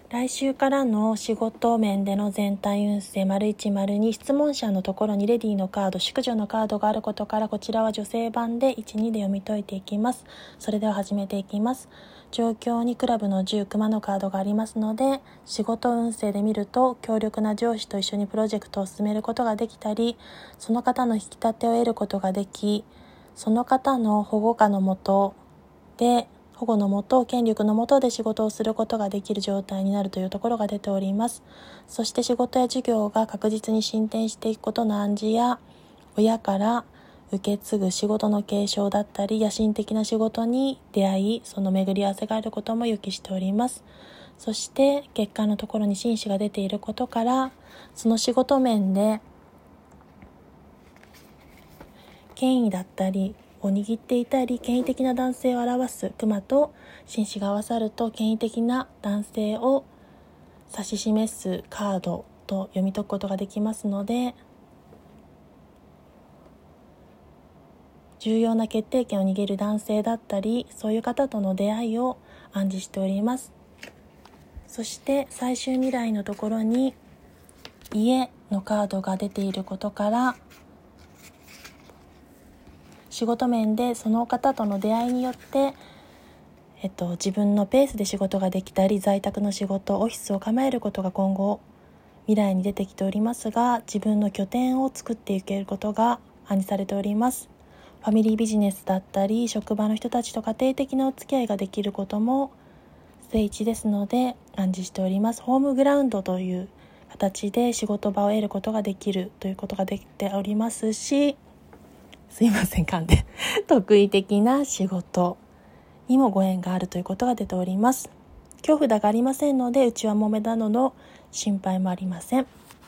来週からの仕事面での全体運勢01、02、質問者のところにレディーのカード、淑女のカードがあることから、こちらは女性版で1、2で読み解いていきます。それでは始めていきます。状況にクラブの10、熊のカードがありますので、仕事運勢で見ると、強力な上司と一緒にプロジェクトを進めることができたり、その方の引き立てを得ることができ、その方の保護下のもとで、保護のもと、権力のもとで仕事をすることができる状態になるというところが出ております。そして仕事や授業が確実に進展していくことの暗示や、親から受け継ぐ仕事の継承だったり、野心的な仕事に出会い、その巡り合わせがあることも予期しております。そして月間のところに紳士が出ていることから、その仕事面で権威だったりを握っていたり、権威的な男性を表す熊と紳士が合わさると、権威的な男性を指し示すカードと読み解くことができますので、重要な決定権を握る男性だったり、そういう方との出会いを暗示しております。そして最終未来のところに家のカードが出ていることから、仕事面でその方との出会いによって、自分のペースで仕事ができたり、在宅の仕事、オフィスを構えることが今後未来に出てきておりますが、自分の拠点を作っていけることが暗示されております。ファミリービジネスだったり、職場の人たちと家庭的なお付き合いができることも正位置ですので暗示しております。ホームグラウンドという形で仕事場を得ることができるということができておりますし、すいません噛んで得意的な仕事にもご縁があるということが出ております。強札がありませんので、内輪もめなどの心配もありません。